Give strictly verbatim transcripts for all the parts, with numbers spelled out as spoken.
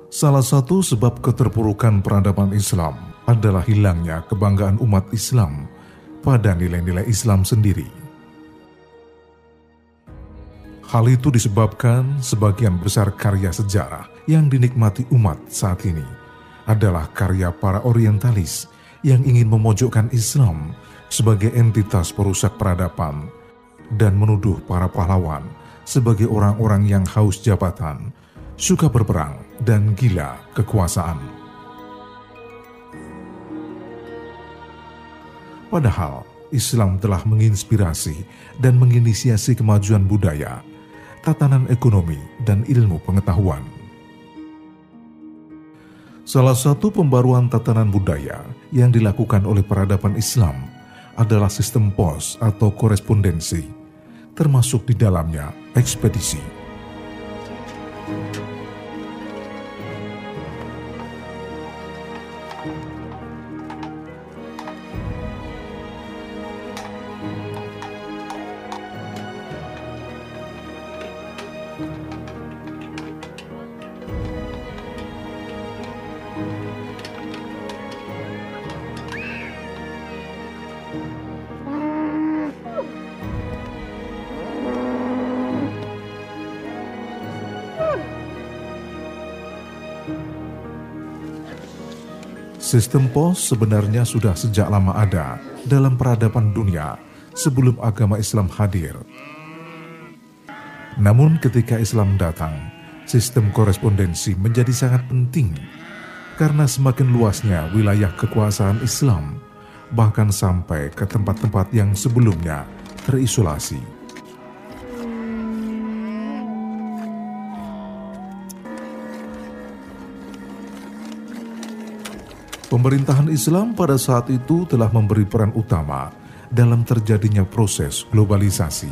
Salah satu sebab keterpurukan peradaban Islam adalah hilangnya kebanggaan umat Islam pada nilai-nilai Islam sendiri. Hal itu disebabkan sebagian besar karya sejarah yang dinikmati umat saat ini adalah karya para orientalis yang ingin memojokkan Islam sebagai entitas perusak peradaban dan menuduh para pahlawan sebagai orang-orang yang haus jabatan, suka berperang, dan gila kekuasaan. Padahal Islam telah menginspirasi dan menginisiasi kemajuan budaya, tatanan ekonomi, dan ilmu pengetahuan. Salah satu pembaruan tatanan budaya yang dilakukan oleh peradaban Islam adalah sistem pos atau korespondensi, termasuk di dalamnya ekspedisi. Sistem pos sebenarnya sudah sejak lama ada dalam peradaban dunia sebelum agama Islam hadir. Namun ketika Islam datang, sistem korespondensi menjadi sangat penting karena semakin luasnya wilayah kekuasaan Islam, bahkan sampai ke tempat-tempat yang sebelumnya terisolasi. Pemerintahan Islam pada saat itu telah memberi peran utama dalam terjadinya proses globalisasi.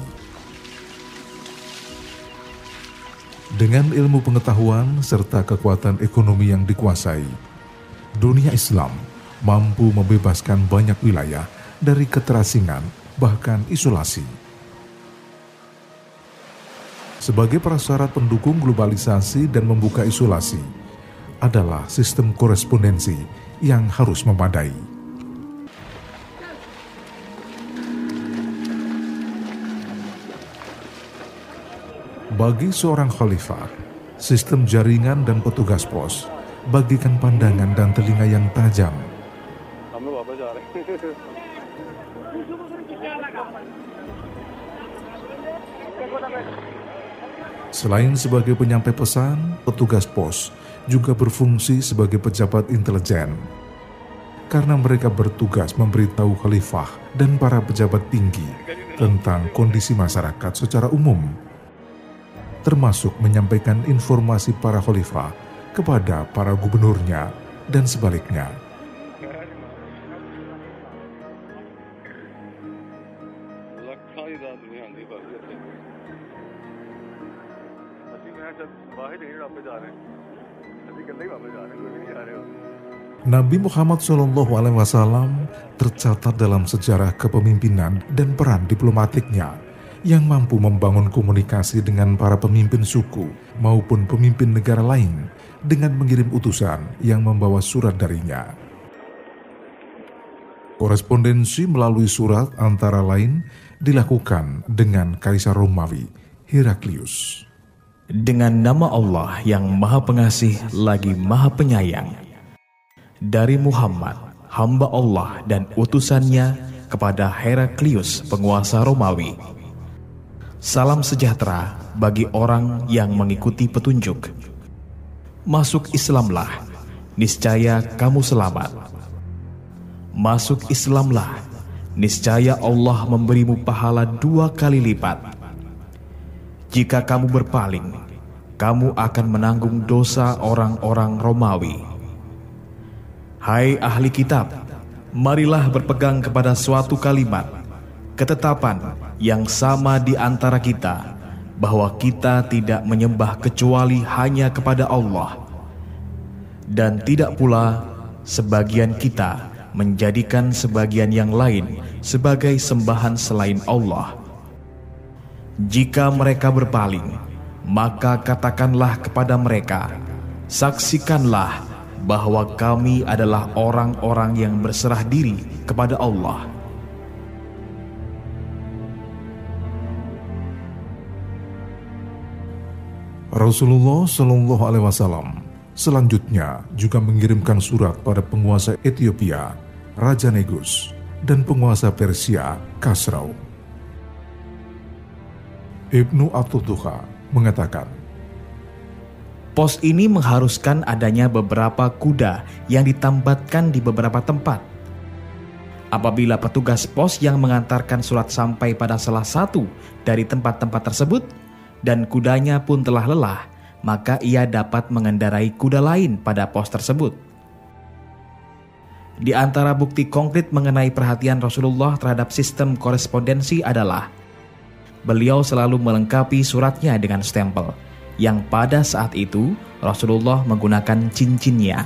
Dengan ilmu pengetahuan serta kekuatan ekonomi yang dikuasai, dunia Islam mampu membebaskan banyak wilayah dari keterasingan, bahkan isolasi. Sebagai prasyarat pendukung globalisasi dan membuka isolasi adalah sistem korespondensi yang harus memadai. Bagi seorang khalifah, sistem jaringan dan petugas pos bagikan pandangan dan telinga yang tajam. Selain sebagai penyampai pesan, petugas pos juga berfungsi sebagai pejabat intelijen, karena mereka bertugas memberitahu khalifah dan para pejabat tinggi tentang kondisi masyarakat secara umum, termasuk menyampaikan informasi para khalifah kepada para gubernurnya dan sebaliknya. Nabi Muhammad shallallahu alaihi wasallam tercatat dalam sejarah kepemimpinan dan peran diplomatiknya yang mampu membangun komunikasi dengan para pemimpin suku maupun pemimpin negara lain dengan mengirim utusan yang membawa surat darinya. Korespondensi melalui surat antara lain dilakukan dengan Kaisar Romawi, Heraklius. Dengan nama Allah yang Maha Pengasih lagi Maha Penyayang, dari Muhammad, hamba Allah dan utusannya kepada Heraklius, penguasa Romawi. Salam sejahtera bagi orang yang mengikuti petunjuk. Masuk Islamlah, niscaya kamu selamat. Masuk Islamlah, niscaya Allah memberimu pahala dua kali lipat. Jika kamu berpaling, kamu akan menanggung dosa orang-orang Romawi. Hai ahli kitab, marilah berpegang kepada suatu kalimat, ketetapan yang sama di antara kita, bahwa kita tidak menyembah kecuali hanya kepada Allah, dan tidak pula sebagian kita menjadikan sebagian yang lain sebagai sembahan selain Allah. Jika mereka berpaling, maka katakanlah kepada mereka, saksikanlah bahwa kami adalah orang-orang yang berserah diri kepada Allah. Rasulullah Shallallahu Alaihi Wasallam selanjutnya juga mengirimkan surat pada penguasa Ethiopia, Raja Negus, dan penguasa Persia, Khosrau. Ibnu At-Tutuha mengatakan, pos ini mengharuskan adanya beberapa kuda yang ditambatkan di beberapa tempat. Apabila petugas pos yang mengantarkan surat sampai pada salah satu dari tempat-tempat tersebut, dan kudanya pun telah lelah, maka ia dapat mengendarai kuda lain pada pos tersebut. Di antara bukti konkret mengenai perhatian Rasulullah terhadap sistem korespondensi adalah beliau selalu melengkapi suratnya dengan stempel, yang pada saat itu Rasulullah menggunakan cincinnya.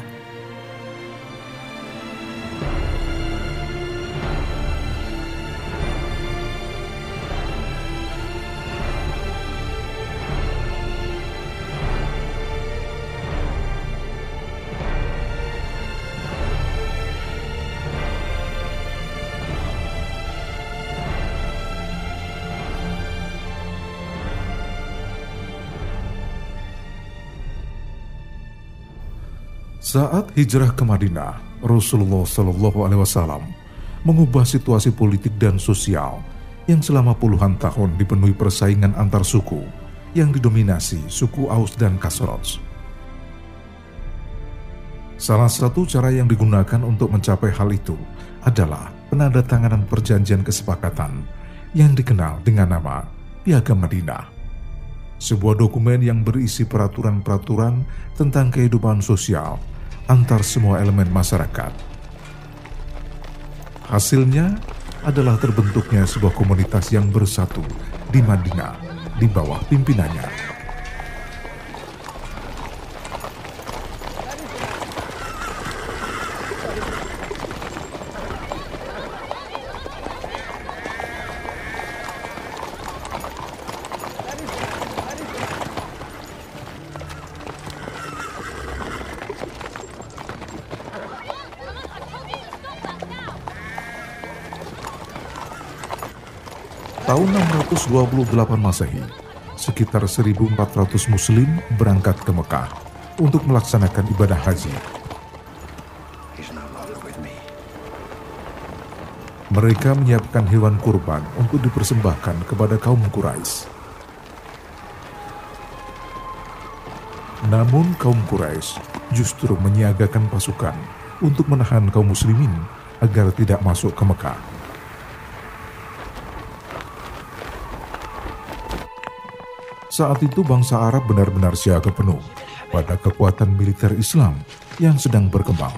Saat hijrah ke Madinah, Rasulullah Shallallahu Alaihi Wasallam mengubah situasi politik dan sosial yang selama puluhan tahun dipenuhi persaingan antar suku yang didominasi suku Aus dan Khazraj. Salah satu cara yang digunakan untuk mencapai hal itu adalah penandatanganan perjanjian kesepakatan yang dikenal dengan nama Piagam Madinah. Sebuah dokumen yang berisi peraturan-peraturan tentang kehidupan sosial antar semua elemen masyarakat. Hasilnya adalah terbentuknya sebuah komunitas yang bersatu di Madinah di bawah pimpinannya. Tahun enam ratus dua puluh delapan Masehi, sekitar seribu empat ratus Muslim berangkat ke Mekah untuk melaksanakan ibadah haji. Mereka menyiapkan hewan kurban untuk dipersembahkan kepada kaum Quraisy. Namun kaum Quraisy justru menyiagakan pasukan untuk menahan kaum muslimin agar tidak masuk ke Mekah. Saat itu bangsa Arab benar-benar siaga penuh pada kekuatan militer Islam yang sedang berkembang.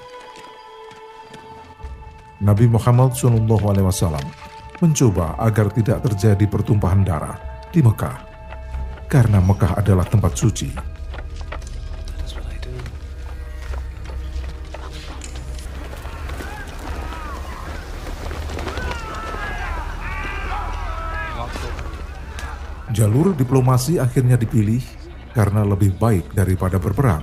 Nabi Muhammad shallallahu alaihi wasallam mencoba agar tidak terjadi pertumpahan darah di Mekah, karena Mekah adalah tempat suci. Jalur diplomasi akhirnya dipilih karena lebih baik daripada berperang.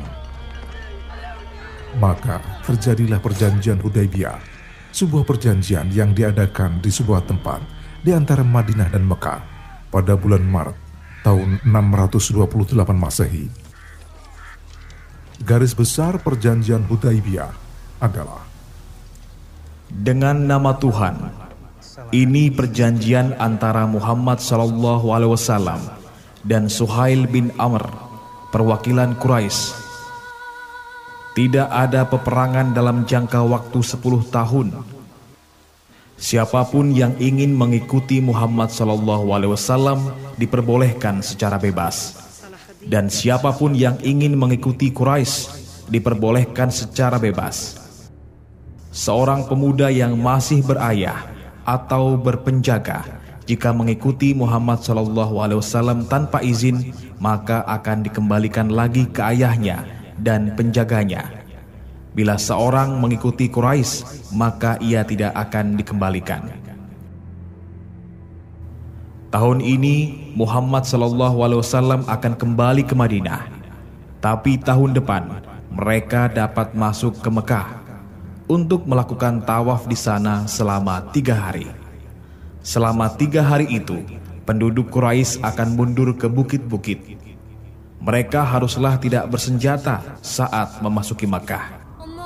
Maka terjadilah perjanjian Hudaybiyah, sebuah perjanjian yang diadakan di sebuah tempat di antara Madinah dan Mekah pada bulan Maret tahun enam ratus dua puluh delapan Masehi. Garis besar perjanjian Hudaybiyah adalah: dengan nama Tuhan, ini perjanjian antara Muhammad Sallallahu Alaihi Wasallam dan Suhail bin Amr, perwakilan Quraisy. Tidak ada peperangan dalam jangka waktu sepuluh tahun. Siapapun yang ingin mengikuti Muhammad Sallallahu Alaihi Wasallam diperbolehkan secara bebas, dan siapapun yang ingin mengikuti Quraisy diperbolehkan secara bebas. Seorang pemuda yang masih berayah atau berpenjaga, jika mengikuti Muhammad shallallahu alaihi wasallam tanpa izin, maka akan dikembalikan lagi ke ayahnya dan penjaganya. Bila seorang mengikuti Quraisy, maka ia tidak akan dikembalikan. Tahun ini Muhammad shallallahu alaihi wasallam akan kembali ke Madinah. Tapi tahun depan mereka dapat masuk ke Mekah untuk melakukan tawaf di sana selama tiga hari. Selama tiga hari itu, penduduk Quraisy akan mundur ke bukit-bukit. Mereka haruslah tidak bersenjata saat memasuki Makkah.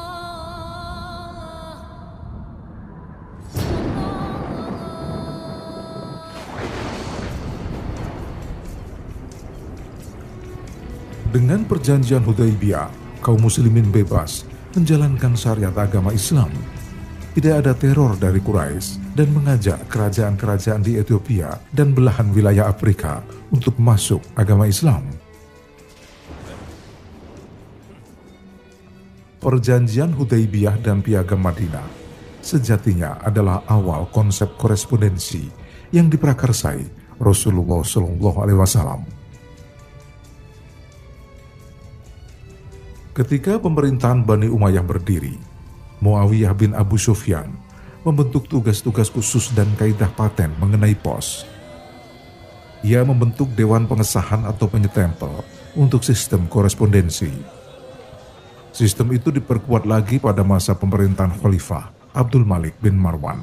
Dengan perjanjian Hudaibiyah, kaum muslimin bebas menjalankan syariat agama Islam. Tidak ada teror dari Quraisy dan mengajak kerajaan-kerajaan di Ethiopia dan belahan wilayah Afrika untuk masuk agama Islam. Perjanjian Hudaibiyah dan Piagam Madinah sejatinya adalah awal konsep korespondensi yang diprakarsai Rasulullah shallallahu alaihi wasallam. Ketika pemerintahan Bani Umayyah berdiri, Muawiyah bin Abu Sufyan membentuk tugas-tugas khusus dan kaidah paten mengenai pos. Ia membentuk Dewan Pengesahan atau Penyetempel untuk sistem korespondensi. Sistem itu diperkuat lagi pada masa pemerintahan Khalifah Abdul Malik bin Marwan.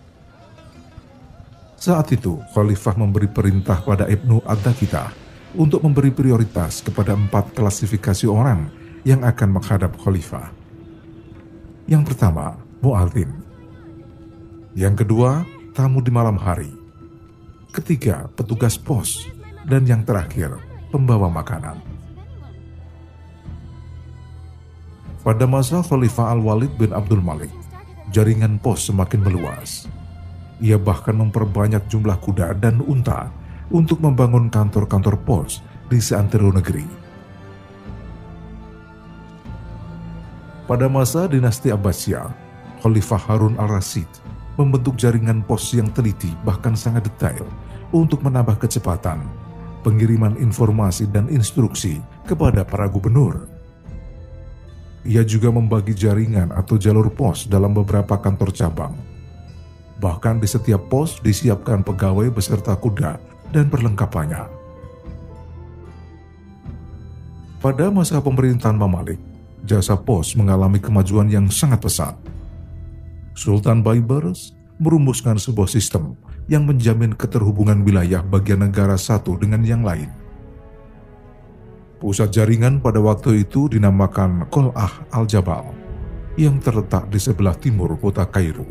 Saat itu, Khalifah memberi perintah pada Ibnu Ad-Daqiqah untuk memberi prioritas kepada empat klasifikasi orang yang akan menghadap khalifah. Yang pertama, muadzin. Yang kedua, tamu di malam hari. Ketiga, petugas pos. Dan yang terakhir, pembawa makanan. Pada masa Khalifah Al-Walid bin Abdul Malik, jaringan pos semakin meluas. Ia bahkan memperbanyak jumlah kuda dan unta untuk membangun kantor-kantor pos di seantero negeri. Pada masa dinasti Abbasiyah, Khalifah Harun al-Rasyid membentuk jaringan pos yang teliti bahkan sangat detail untuk menambah kecepatan, pengiriman informasi dan instruksi kepada para gubernur. Ia juga membagi jaringan atau jalur pos dalam beberapa kantor cabang. Bahkan di setiap pos disiapkan pegawai beserta kuda dan perlengkapannya. Pada masa pemerintahan Mamalik, jasa pos mengalami kemajuan yang sangat pesat. Sultan Baybars merumuskan sebuah sistem yang menjamin keterhubungan wilayah bagian negara satu dengan yang lain. Pusat jaringan pada waktu itu dinamakan Qal'ah Al-Jabal yang terletak di sebelah timur kota Kairo.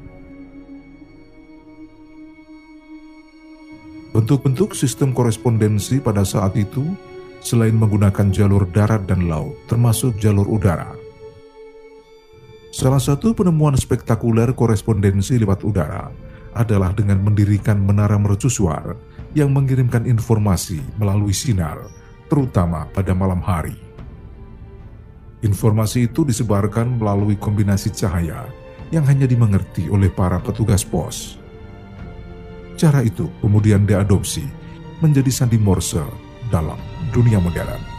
Bentuk-bentuk sistem korespondensi pada saat itu selain menggunakan jalur darat dan laut, termasuk jalur udara. Salah satu penemuan spektakuler korespondensi lewat udara adalah dengan mendirikan menara mercusuar yang mengirimkan informasi melalui sinar, terutama pada malam hari. Informasi itu disebarkan melalui kombinasi cahaya yang hanya dimengerti oleh para petugas pos. Cara itu kemudian diadopsi menjadi sandi Morse dalam dunia modern.